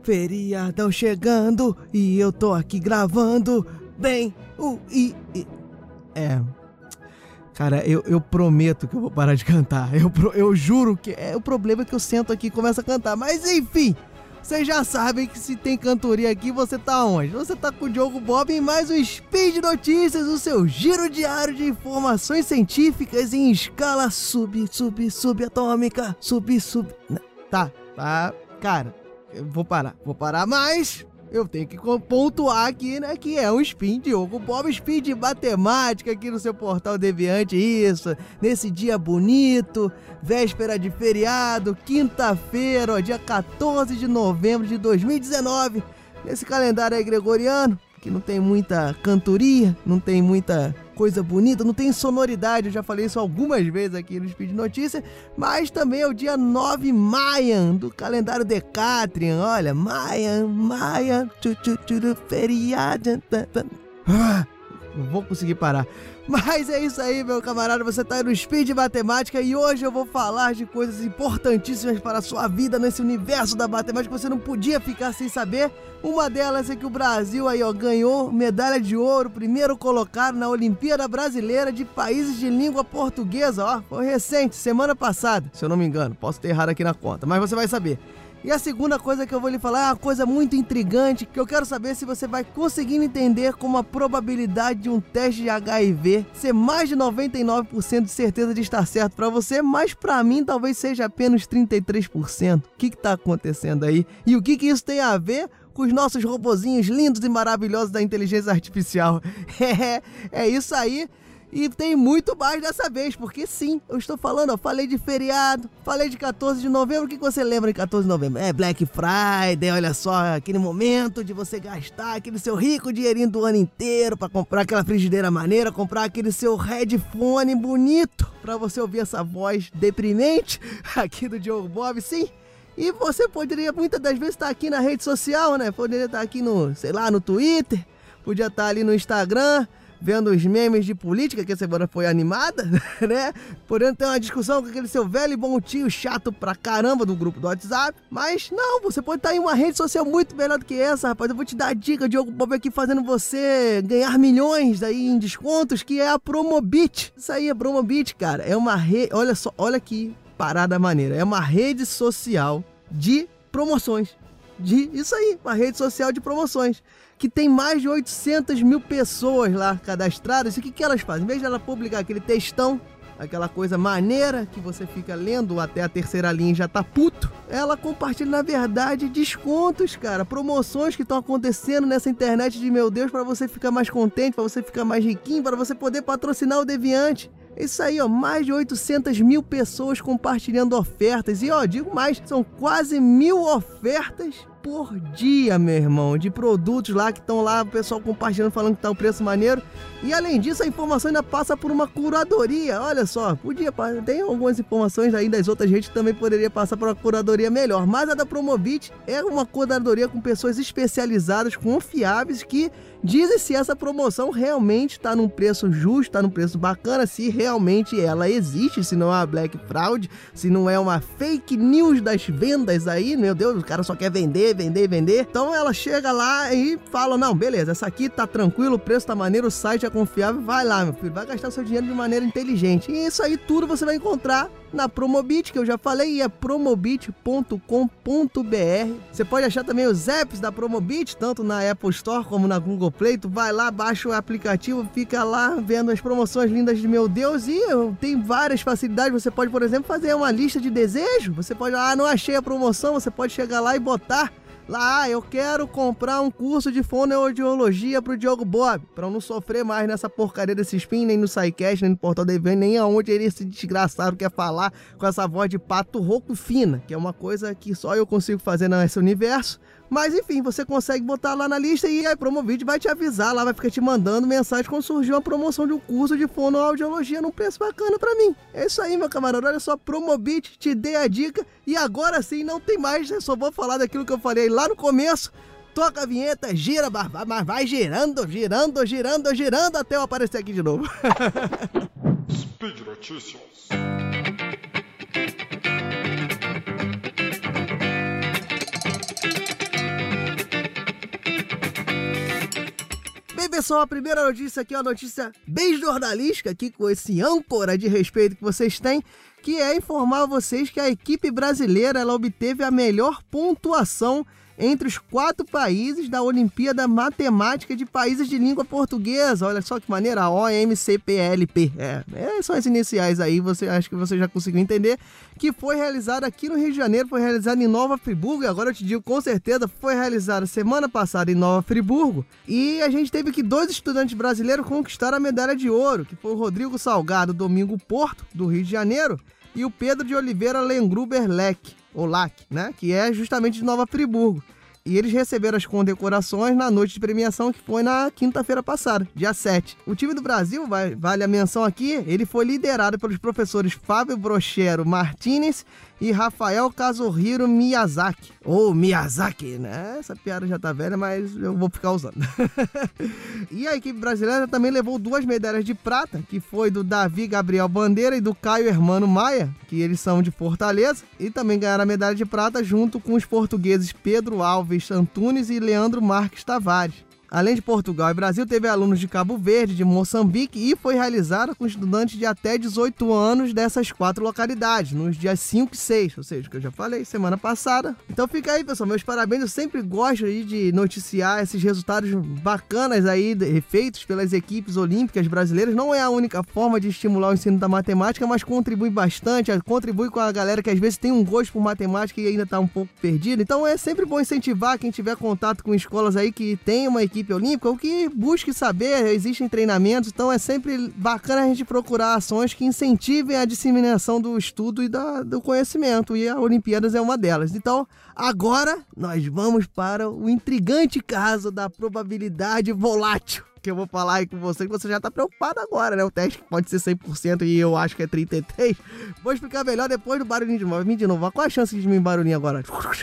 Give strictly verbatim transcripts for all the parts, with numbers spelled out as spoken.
feriadão chegando e eu tô aqui gravando bem o i, i. É... Cara, eu, eu prometo que eu vou parar de cantar. Eu, eu juro que é o problema que eu sento aqui e começo a cantar. Mas enfim, vocês já sabem que se tem cantoria aqui, você tá onde? Você tá com o Diogo Bob em mais um Speed Notícias, o seu giro diário de informações científicas em escala sub, sub, subatômica, sub, sub... Tá, tá, cara, eu vou parar, vou parar, mas... eu tenho que pontuar aqui, né, que é um spin Diogo Bob, spin de matemática aqui no seu portal Deviante, isso, nesse dia bonito, véspera de feriado, quinta-feira, ó, dia quatorze de novembro de dois mil e dezenove, nesse calendário aí gregoriano, que não tem muita cantoria, não tem muita coisa bonita, não tem sonoridade, eu já falei isso algumas vezes aqui no Speed Notícia, mas também é o dia nove Mayan, do calendário Decatrian, olha, Mayan, Mayan, tchu, tchu, tchu, feriado, ah, não vou conseguir parar. Mas é isso aí, meu camarada, você tá aí no Speed Matemática e hoje eu vou falar de coisas importantíssimas para a sua vida nesse universo da matemática que você não podia ficar sem saber. Uma delas é que o Brasil aí, ó, ganhou medalha de ouro, primeiro colocado na Olimpíada Brasileira de Países de Língua Portuguesa, ó, foi recente, semana passada, se eu não me engano, posso ter errado aqui na conta, mas você vai saber. E a segunda coisa que eu vou lhe falar é uma coisa muito intrigante, que eu quero saber se você vai conseguindo entender como a probabilidade de um teste de H I V ser mais de noventa e nove por cento de certeza de estar certo para você, mas para mim talvez seja apenas trinta e três por cento. O que que tá acontecendo aí? E o que que isso tem a ver com os nossos robozinhos lindos e maravilhosos da inteligência artificial? É, é isso aí. E tem muito mais dessa vez, porque sim, eu estou falando, ó, falei de feriado, falei de quatorze de novembro, o que você lembra de quatorze de novembro? É Black Friday, olha só, aquele momento de você gastar aquele seu rico dinheirinho do ano inteiro para comprar aquela frigideira maneira, comprar aquele seu headphone bonito, para você ouvir essa voz deprimente aqui do Diogo Bob, sim. E você poderia muitas das vezes estar aqui na rede social, né? Poderia estar aqui no, sei lá, no Twitter, podia estar ali no Instagram, vendo os memes de política, que a semana foi animada, né? Podendo ter uma discussão com aquele seu velho e bom tio chato pra caramba do grupo do WhatsApp. Mas não, você pode estar em uma rede social muito melhor do que essa, rapaz. Eu vou te dar a dica, Diogo Bob aqui fazendo você ganhar milhões aí em descontos, que é a Promobit. Isso aí, a Promobit, cara, é uma rede... Olha só, olha que parada maneira. É uma rede social de promoções. De, isso aí, uma rede social de promoções, que tem mais de oitocentas mil pessoas lá cadastradas. E o que, que elas fazem? Em vez de ela publicar aquele textão, aquela coisa maneira que você fica lendo até a terceira linha e já tá puto, ela compartilha, na verdade, descontos, cara, promoções que estão acontecendo nessa internet de meu Deus, para você ficar mais contente, para você ficar mais riquinho, para você poder patrocinar o Deviante. Isso aí, ó, mais de oitocentas mil pessoas compartilhando ofertas. E, ó, digo mais, são quase mil ofertas por dia, meu irmão, de produtos lá que estão lá, o pessoal compartilhando, falando que tá um preço maneiro. E, além disso, a informação ainda passa por uma curadoria. Olha só, podia, tem algumas informações aí das outras redes que também poderia passar por uma curadoria melhor. Mas a da Promobit é uma curadoria com pessoas especializadas, confiáveis, que dizem se essa promoção realmente está num preço justo, está num preço bacana, se realmente ela existe, se não é uma Black Fraud, se não é uma fake news das vendas aí, meu Deus, o cara só quer vender, vender, vender. Então ela chega lá e fala, não, beleza, essa aqui tá tranquilo, o preço tá maneiro, o site é confiável, vai lá, meu filho, vai gastar seu dinheiro de maneira inteligente. E isso aí tudo você vai encontrar na Promobit, que eu já falei, e é promobit ponto com ponto b r. Você pode achar também os apps da Promobit, tanto na Apple Store como na Google Play. Tu vai lá, baixa o aplicativo, fica lá vendo as promoções lindas de meu Deus, e tem várias facilidades. Você pode, por exemplo, fazer uma lista de desejo. Você pode, ah, não achei a promoção, você pode chegar lá e botar lá, ah, eu quero comprar um curso de fonoaudiologia pro Diogo Bob, pra eu não sofrer mais nessa porcaria desse spin, nem no SciCast, nem no Portal Deviante, nem aonde ele, esse desgraçado, quer falar com essa voz de pato rouco fina, que é uma coisa que só eu consigo fazer nesse universo. Mas enfim, você consegue botar lá na lista e a Promobit vai te avisar, lá vai ficar te mandando mensagem quando surgiu a promoção de um curso de fonoaudiologia num preço bacana pra mim. É isso aí, meu camarada, olha só, Promobit, te dei a dica e agora sim não tem mais, eu só vou falar daquilo que eu falei lá no começo. Toca a vinheta, gira, mas vai girando, girando, girando, girando até eu aparecer aqui de novo. Speed Notícias. pessoal, a primeira notícia aqui é uma notícia bem jornalística aqui com esse âncora de respeito que vocês têm, que é informar vocês que a equipe brasileira ela obteve a melhor pontuação entre os quatro países da Olimpíada Matemática de Países de Língua Portuguesa. Olha só que maneira, a O M C P L P. É, é, são as iniciais aí, você, acho que você já conseguiu entender, que foi realizada aqui no Rio de Janeiro, foi realizada em Nova Friburgo, e agora eu te digo com certeza, foi realizada semana passada em Nova Friburgo, e a gente teve que dois estudantes brasileiros conquistaram a medalha de ouro, que foi o Rodrigo Salgado Domingo Porto, do Rio de Janeiro, e o Pedro de Oliveira Lengruber Leck, ou Lac, né, que é justamente de Nova Friburgo. E eles receberam as condecorações na noite de premiação, que foi na quinta-feira passada, dia sete. O time do Brasil, vai, vale a menção aqui, ele foi liderado pelos professores Fábio Brochero Martinez e Rafael Kazuhiro Miyazaki. Ou Miyazaki, né? Essa piada já tá velha, mas eu vou ficar usando. E a equipe brasileira também levou duas medalhas de prata, que foi do Davi Gabriel Bandeira e do Caio Hermano Maia, que eles são de Fortaleza, e também ganharam a medalha de prata junto com os portugueses Pedro Alves Antunes e Leandro Marques Tavares. Além de Portugal e Brasil, teve alunos de Cabo Verde, de Moçambique e foi realizada com estudantes de até dezoito anos dessas quatro localidades, nos dias cinco e seis, ou seja, que eu já falei semana passada. Então fica aí, pessoal, meus parabéns, eu sempre gosto aí de noticiar esses resultados bacanas aí feitos pelas equipes olímpicas brasileiras. Não é a única forma de estimular o ensino da matemática, mas contribui bastante, contribui com a galera que às vezes tem um gosto por matemática e ainda está um pouco perdida. Então é sempre bom incentivar quem tiver contato com escolas aí que tem uma equipe olímpica, ou que busque saber, existem treinamentos, então é sempre bacana a gente procurar ações que incentivem a disseminação do estudo e da, do conhecimento, e a Olimpíadas é uma delas. Então, agora nós vamos para o intrigante caso da probabilidade volátil, que eu vou falar aí com você, que você já tá preocupado agora, né? O teste pode ser cem por cento e eu acho que é trinta e três por cento. Vou explicar melhor depois do barulhinho de novo. Vim de novo. Qual a chance de me barulhinho agora?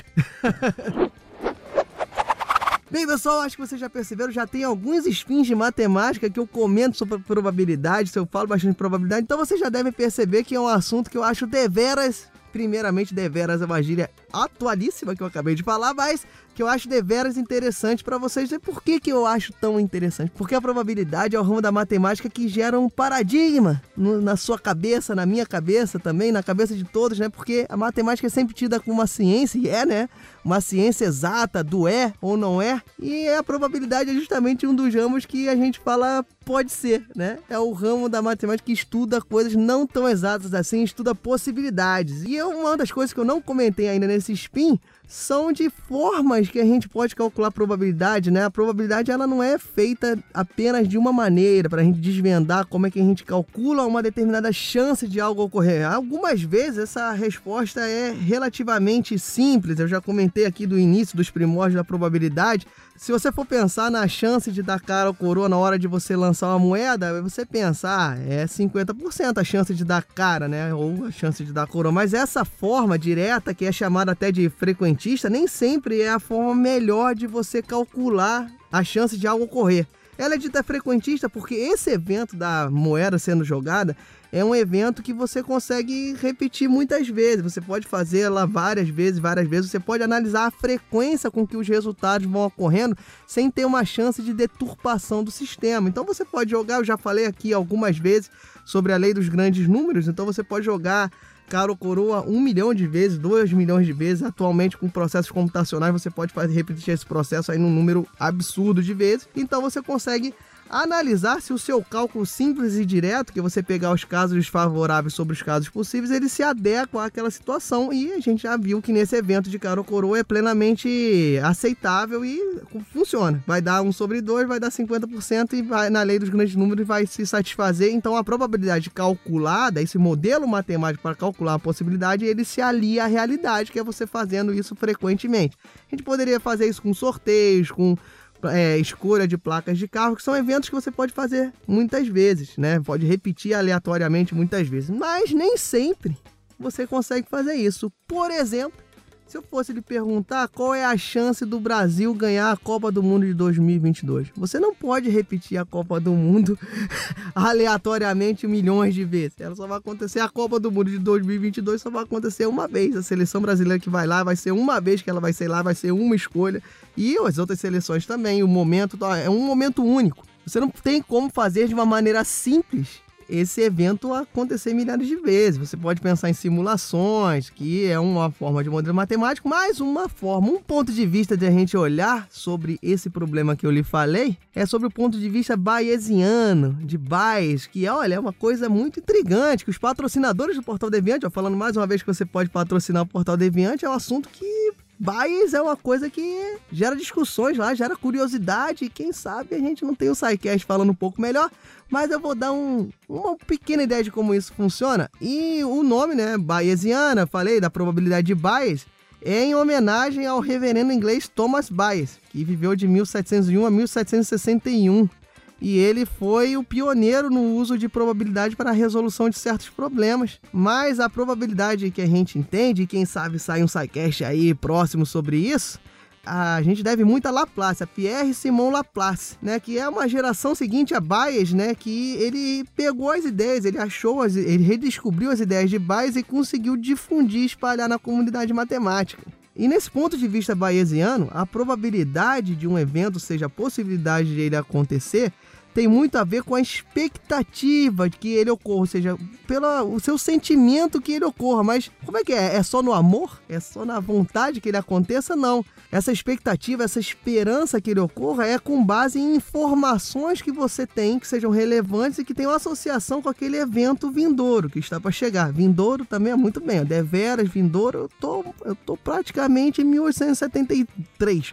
Bem, pessoal, acho que vocês já perceberam, já tem alguns spins de matemática que eu comento sobre probabilidade, se eu falo bastante de probabilidade, então vocês já devem perceber que é um assunto que eu acho deveras, primeiramente deveras é uma gíria atualíssima que eu acabei de falar, mas que eu acho deveras interessante para vocês. E por que que eu acho tão interessante? Porque a probabilidade é o ramo da matemática que gera um paradigma no, na sua cabeça, na minha cabeça também, na cabeça de todos, né? Porque a matemática é sempre tida como uma ciência, e é, né? Uma ciência exata do é ou não é, e a probabilidade é justamente um dos ramos que a gente fala pode ser, né? É o ramo da matemática que estuda coisas não tão exatas assim, estuda possibilidades. E eu, uma das coisas que eu não comentei ainda nesse spin são de formas que a gente pode calcular a probabilidade, né? A probabilidade ela não é feita apenas de uma maneira para a gente desvendar como é que a gente calcula uma determinada chance de algo ocorrer. Algumas vezes essa resposta é relativamente simples, eu já comentei aqui do início dos primórdios da probabilidade. Se você for pensar na chance de dar cara ou coroa na hora de você lançar uma moeda, você pensa, ah, é cinquenta por cento a chance de dar cara, né? Ou a chance de dar coroa. Mas essa forma direta, que é chamada até de frequentista, nem sempre é a forma melhor de você calcular a chance de algo ocorrer. Ela é dita frequentista porque esse evento da moeda sendo jogada é um evento que você consegue repetir muitas vezes. Você pode fazer ela várias vezes, várias vezes. Você pode analisar a frequência com que os resultados vão ocorrendo sem ter uma chance de deturpação do sistema. Então você pode jogar, eu já falei aqui algumas vezes sobre a lei dos grandes números, então você pode jogar cara ou coroa um milhão de vezes, dois milhões de vezes. Atualmente, com processos computacionais, você pode fazer, repetir esse processo aí num número absurdo de vezes. Então você consegue analisar se o seu cálculo simples e direto, que você pegar os casos desfavoráveis sobre os casos possíveis, ele se adequa àquela situação, e a gente já viu que nesse evento de cara ou coroa é plenamente aceitável e funciona. Vai dar um sobre dois, vai dar cinquenta por cento e vai, na lei dos grandes números, vai se satisfazer. Então a probabilidade calculada, esse modelo matemático para calcular a possibilidade, ele se alia à realidade, que é você fazendo isso frequentemente. A gente poderia fazer isso com sorteios, com É, escolha de placas de carro, que são eventos que você pode fazer muitas vezes, né? Pode repetir aleatoriamente muitas vezes, mas nem sempre você consegue fazer isso. Por exemplo, se eu fosse lhe perguntar qual é a chance do Brasil ganhar a Copa do Mundo de dois mil e vinte e dois, você não pode repetir a Copa do Mundo aleatoriamente milhões de vezes. Ela só vai acontecer, a Copa do Mundo de dois mil e vinte e dois só vai acontecer uma vez. A seleção brasileira que vai lá vai ser uma vez que ela vai ser lá, vai ser uma escolha. E as outras seleções também. O momento é um momento único. você não tem como fazer de uma maneira simples esse evento acontecer milhares de vezes. Você pode pensar em simulações, que é uma forma de modelo matemático, mas uma forma, um ponto de vista de a gente olhar sobre esse problema que eu lhe falei, é sobre o ponto de vista bayesiano, de Bayes, que olha, é uma coisa muito intrigante, que os patrocinadores do Portal Deviante, ó, falando mais uma vez que você pode patrocinar o Portal Deviante, é um assunto que Bayes é uma coisa que gera discussões lá, gera curiosidade, e quem sabe a gente não tem o SciCast falando um pouco melhor, mas eu vou dar um, uma pequena ideia de como isso funciona. E o nome, né, bayesiana, falei da probabilidade de Bayes, é em homenagem ao reverendo inglês Thomas Bayes, que viveu de mil setecentos e um a mil setecentos e sessenta e um. E ele foi o pioneiro no uso de probabilidade para a resolução de certos problemas. Mas a probabilidade que a gente entende, e quem sabe sai um SciCast aí próximo sobre isso, a gente deve muito a Laplace, a Pierre Simon Laplace, né, que é uma geração seguinte a Bayes, né, que ele pegou as ideias, ele achou, as, ele redescobriu as ideias de Bayes e conseguiu difundir e espalhar na comunidade matemática. E nesse ponto de vista bayesiano, a probabilidade de um evento, seja a possibilidade de ele acontecer, tem muito a ver com a expectativa de que ele ocorra, ou seja, pelo o seu sentimento que ele ocorra. Mas como é que é? É só no amor? É só na vontade que ele aconteça? Não. Essa expectativa, essa esperança que ele ocorra é com base em informações que você tem, que sejam relevantes e que tenham associação com aquele evento vindouro que está para chegar. Vindouro também é muito bem. Deveras, vindouro, eu tô, eu tô praticamente em mil oitocentos e setenta e três.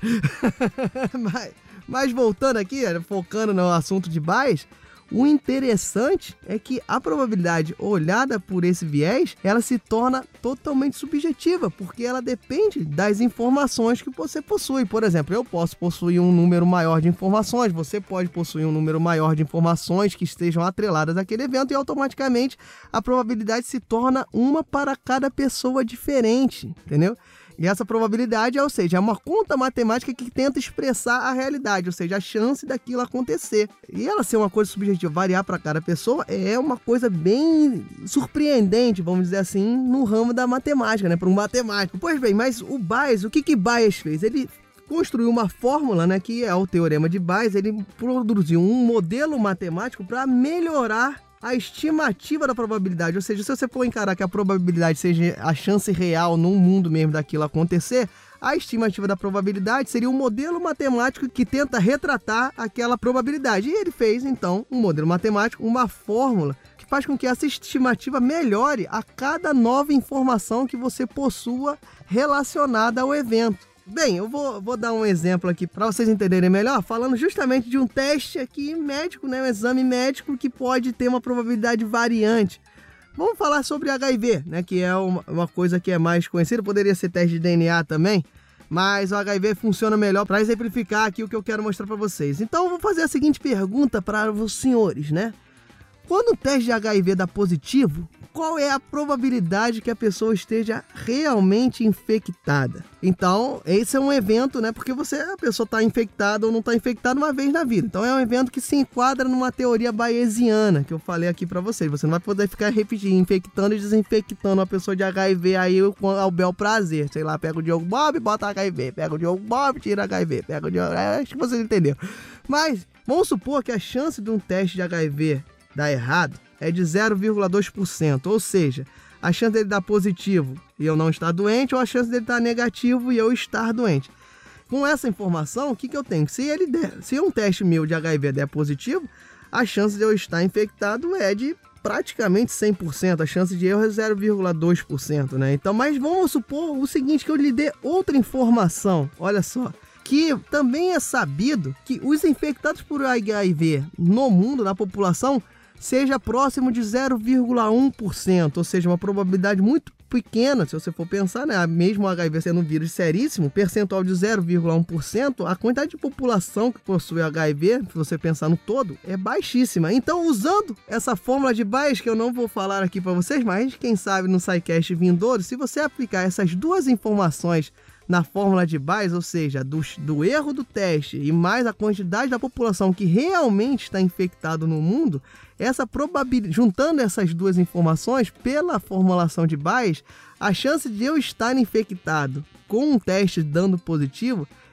Mas... Mas voltando aqui, focando no assunto de Bayes, o interessante é que a probabilidade olhada por esse viés, ela se torna totalmente subjetiva, porque ela depende das informações que você possui. Por exemplo, eu posso possuir um número maior de informações, você pode possuir um número maior de informações que estejam atreladas àquele evento e automaticamente a probabilidade se torna uma para cada pessoa diferente, entendeu? E essa probabilidade, ou seja, é uma conta matemática que tenta expressar a realidade, ou seja, a chance daquilo acontecer. E ela ser uma coisa subjetiva, variar para cada pessoa, é uma coisa bem surpreendente, vamos dizer assim, no ramo da matemática, né, para um matemático. Pois bem, mas o Bayes, o que que Bayes fez? Ele construiu uma fórmula, né, que é o teorema de Bayes. Ele produziu um modelo matemático para melhorar a estimativa da probabilidade, ou seja, se você for encarar que a probabilidade seja a chance real no mundo mesmo daquilo acontecer, a estimativa da probabilidade seria um modelo matemático que tenta retratar aquela probabilidade. E ele fez, então, um modelo matemático, uma fórmula que faz com que essa estimativa melhore a cada nova informação que você possua relacionada ao evento. Bem, eu vou, vou dar um exemplo aqui para vocês entenderem melhor, falando justamente de um teste aqui médico, né, um exame médico que pode ter uma probabilidade variante. Vamos falar sobre H I V, né, que é uma, uma coisa que é mais conhecida, poderia ser teste de D N A também, mas o H I V funciona melhor para exemplificar aqui o que eu quero mostrar para vocês. Então eu vou fazer a seguinte pergunta para os senhores, né? Quando o teste de H I V dá positivo, qual é a probabilidade que a pessoa esteja realmente infectada? Então, esse é um evento, né? Porque você, a pessoa está infectada ou não está infectada uma vez na vida. Então, é um evento que se enquadra numa teoria bayesiana, que eu falei aqui para vocês. Você não vai poder ficar repetindo, infectando e desinfectando uma pessoa de H I V aí ao bel prazer. Sei lá, pega o Diogo Bob, bota H I V. Pega o Diogo Bob, tira H I V. Pega o Diogo... É, acho que vocês entenderam. Mas, vamos supor que a chance de um teste de H I V dar errado é de zero vírgula dois por cento, ou seja, a chance dele dar positivo e eu não estar doente, ou a chance dele dar negativo e eu estar doente. Com essa informação, o que, que eu tenho? Se, ele der, se um teste meu de H I V der positivo, a chance de eu estar infectado é de praticamente cem por cento, a chance de erro é zero vírgula dois por cento, né? Então, mas vamos supor o seguinte, que eu lhe dê outra informação, olha só, que também é sabido que os infectados por H I V no mundo, na população, seja próximo de zero vírgula um por cento, ou seja, uma probabilidade muito pequena, se você for pensar, né? Mesmo o H I V sendo um vírus seríssimo, percentual de zero vírgula um por cento, a quantidade de população que possui H I V, se você pensar no todo, é baixíssima. Então, usando essa fórmula de Bayes, que eu não vou falar aqui para vocês, mas quem sabe no SciCast vindouro, se você aplicar essas duas informações na fórmula de Bayes, ou seja, do, do erro do teste e mais a quantidade da população que realmente está infectado no mundo, essa probabilidade, juntando essas duas informações pela formulação de Bayes, a chance de eu estar infectado com um teste dando positivo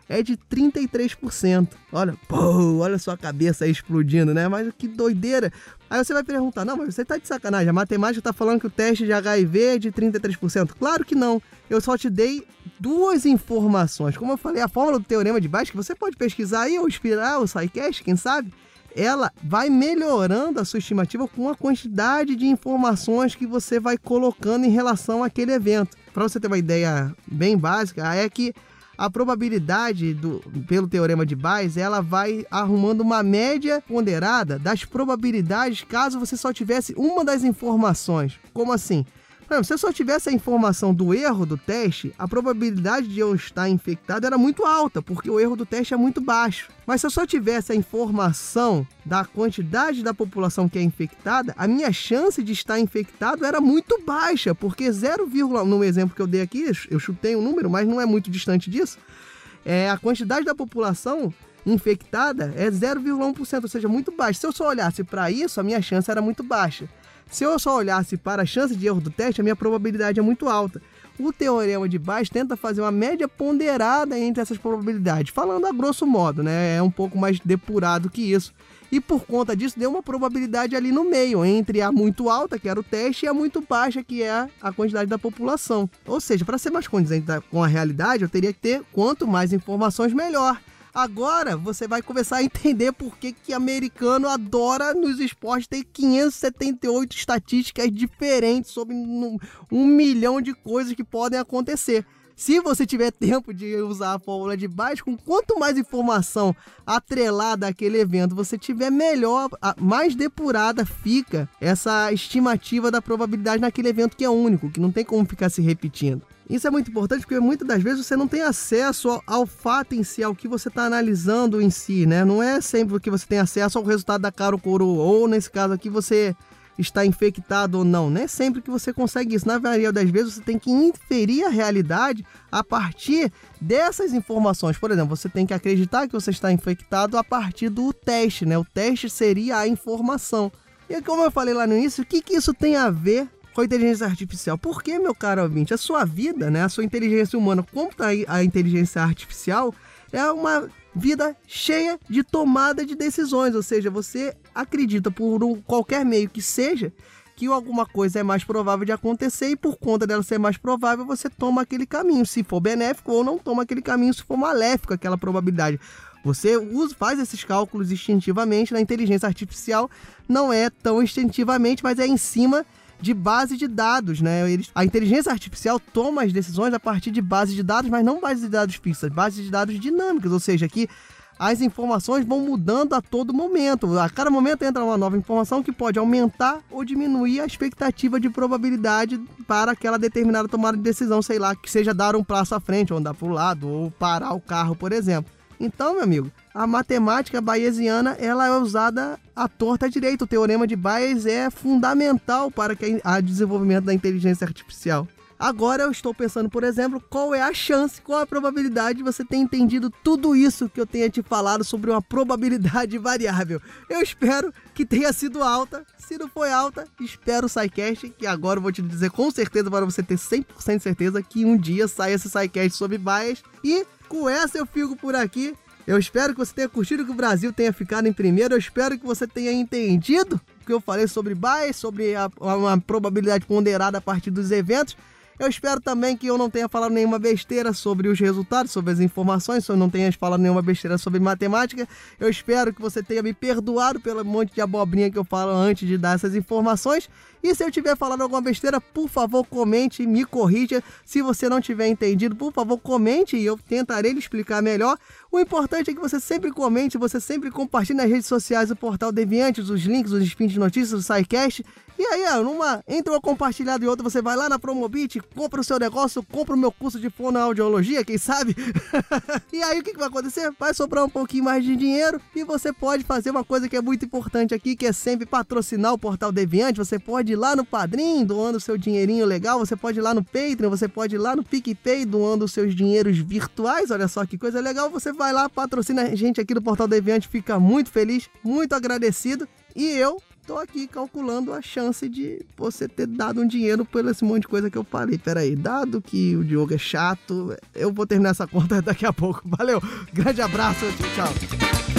é de trinta e três por cento. Olha, pô, olha a sua cabeça aí explodindo, né? Mas que doideira. Aí você vai perguntar, não, mas você tá de sacanagem, a matemática tá falando que o teste de H I V é de trinta e três por cento. Claro que não. Eu só te dei duas informações. Como eu falei, a fórmula do teorema de Bayes, que você pode pesquisar aí ou inspirar o SciCast, quem sabe, ela vai melhorando a sua estimativa com a quantidade de informações que você vai colocando em relação àquele evento. Para você ter uma ideia bem básica, é que a probabilidade do, pelo teorema de Bayes, ela vai arrumando uma média ponderada das probabilidades caso você só tivesse uma das informações. Como assim? Por exemplo, se eu só tivesse a informação do erro do teste, a probabilidade de eu estar infectado era muito alta, porque o erro do teste é muito baixo. Mas se eu só tivesse a informação da quantidade da população que é infectada, a minha chance de estar infectado era muito baixa, porque zero, no exemplo que eu dei aqui, eu chutei um número, mas não é muito distante disso, é, a quantidade da população infectada é zero vírgula um por cento, ou seja, muito baixa. Se eu só olhasse para isso, a minha chance era muito baixa. Se eu só olhasse para a chance de erro do teste, a minha probabilidade é muito alta. O teorema de Bayes tenta fazer uma média ponderada entre essas probabilidades, falando a grosso modo, né? É um pouco mais depurado que isso. E por conta disso, deu uma probabilidade ali no meio, entre a muito alta, que era o teste, e a muito baixa, que é a quantidade da população. Ou seja, para ser mais condizente com a realidade, eu teria que ter quanto mais informações, melhor. Agora você vai começar a entender por que que americano adora nos esportes ter quinhentas e setenta e oito estatísticas diferentes sobre um, um milhão de coisas que podem acontecer. Se você tiver tempo de usar a fórmula de Bayes, com quanto mais informação atrelada àquele evento você tiver, melhor, mais depurada fica essa estimativa da probabilidade naquele evento que é único, que não tem como ficar se repetindo. Isso é muito importante porque muitas das vezes você não tem acesso ao, ao fato em si, ao que você está analisando em si, né? Não é sempre que você tem acesso ao resultado da cara ou coroa, ou nesse caso aqui você está infectado ou não. Não é sempre que você consegue isso. Na maioria das vezes você tem que inferir a realidade a partir dessas informações. Por exemplo, você tem que acreditar que você está infectado a partir do teste, né? O teste seria a informação. E como eu falei lá no início, o que, que isso tem a ver com a inteligência artificial? Porque, meu caro ouvinte, a sua vida, né, a sua inteligência humana, como tá a inteligência artificial, é uma vida cheia de tomada de decisões, ou seja, você acredita por um, qualquer meio que seja, que alguma coisa é mais provável de acontecer e por conta dela ser mais provável, você toma aquele caminho, se for benéfico, ou não toma aquele caminho se for maléfico, aquela probabilidade. Você usa, faz esses cálculos instintivamente. Na inteligência artificial não é tão instintivamente, mas é em cima de base de dados, né? Eles, a inteligência artificial toma as decisões a partir de bases de dados, mas não bases de dados fixas, bases de dados dinâmicas, ou seja, que as informações vão mudando a todo momento. A cada momento entra uma nova informação que pode aumentar ou diminuir a expectativa de probabilidade para aquela determinada tomada de decisão, sei lá, que seja dar um passo à frente, ou andar para o lado, ou parar o carro, por exemplo. Então, meu amigo, a matemática bayesiana, ela é usada à torta à direita. O teorema de Bayes é fundamental para o desenvolvimento da inteligência artificial. Agora eu estou pensando, por exemplo, qual é a chance, qual a probabilidade de você ter entendido tudo isso que eu tenha te falado sobre uma probabilidade variável. Eu espero que tenha sido alta. Se não foi alta, espero o SciCast, que agora eu vou te dizer com certeza, para você ter cem por cento de certeza, que um dia saia esse SciCast sobre Bayes. E com essa eu fico por aqui. Eu espero que você tenha curtido, que o Brasil tenha ficado em primeiro. Eu espero que você tenha entendido o que eu falei sobre Bayes, sobre a, uma probabilidade ponderada a partir dos eventos. Eu espero também que eu não tenha falado nenhuma besteira sobre os resultados, sobre as informações, se eu não tenha falado nenhuma besteira sobre matemática. Eu espero que você tenha me perdoado pelo monte de abobrinha que eu falo antes de dar essas informações. E se eu tiver falado alguma besteira, por favor, comente, me corrija. Se você não tiver entendido, por favor, comente e eu tentarei lhe explicar melhor. O importante é que você sempre comente, você sempre compartilhe nas redes sociais o Portal Deviantes, os links, os spins de notícias do SciCast. E aí, ó, numa, entre uma compartilhada e outra, você vai lá na Promobit, compra o seu negócio, compra o meu curso de fonoaudiologia, quem sabe? E aí, o que, que vai acontecer? Vai sobrar um pouquinho mais de dinheiro e você pode fazer uma coisa que é muito importante aqui, que é sempre patrocinar o Portal Deviante. Você pode ir lá no Padrim, doando seu dinheirinho legal, você pode ir lá no Patreon, você pode ir lá no PicPay, doando seus dinheiros virtuais. Olha só que coisa legal, você vai lá, patrocina a gente aqui do Portal Deviante, fica muito feliz, muito agradecido. E eu tô aqui calculando a chance de você ter dado um dinheiro por esse monte de coisa que eu falei. Pera aí, dado que o Diogo é chato, eu vou terminar essa conta daqui a pouco. Valeu, grande abraço, tchau.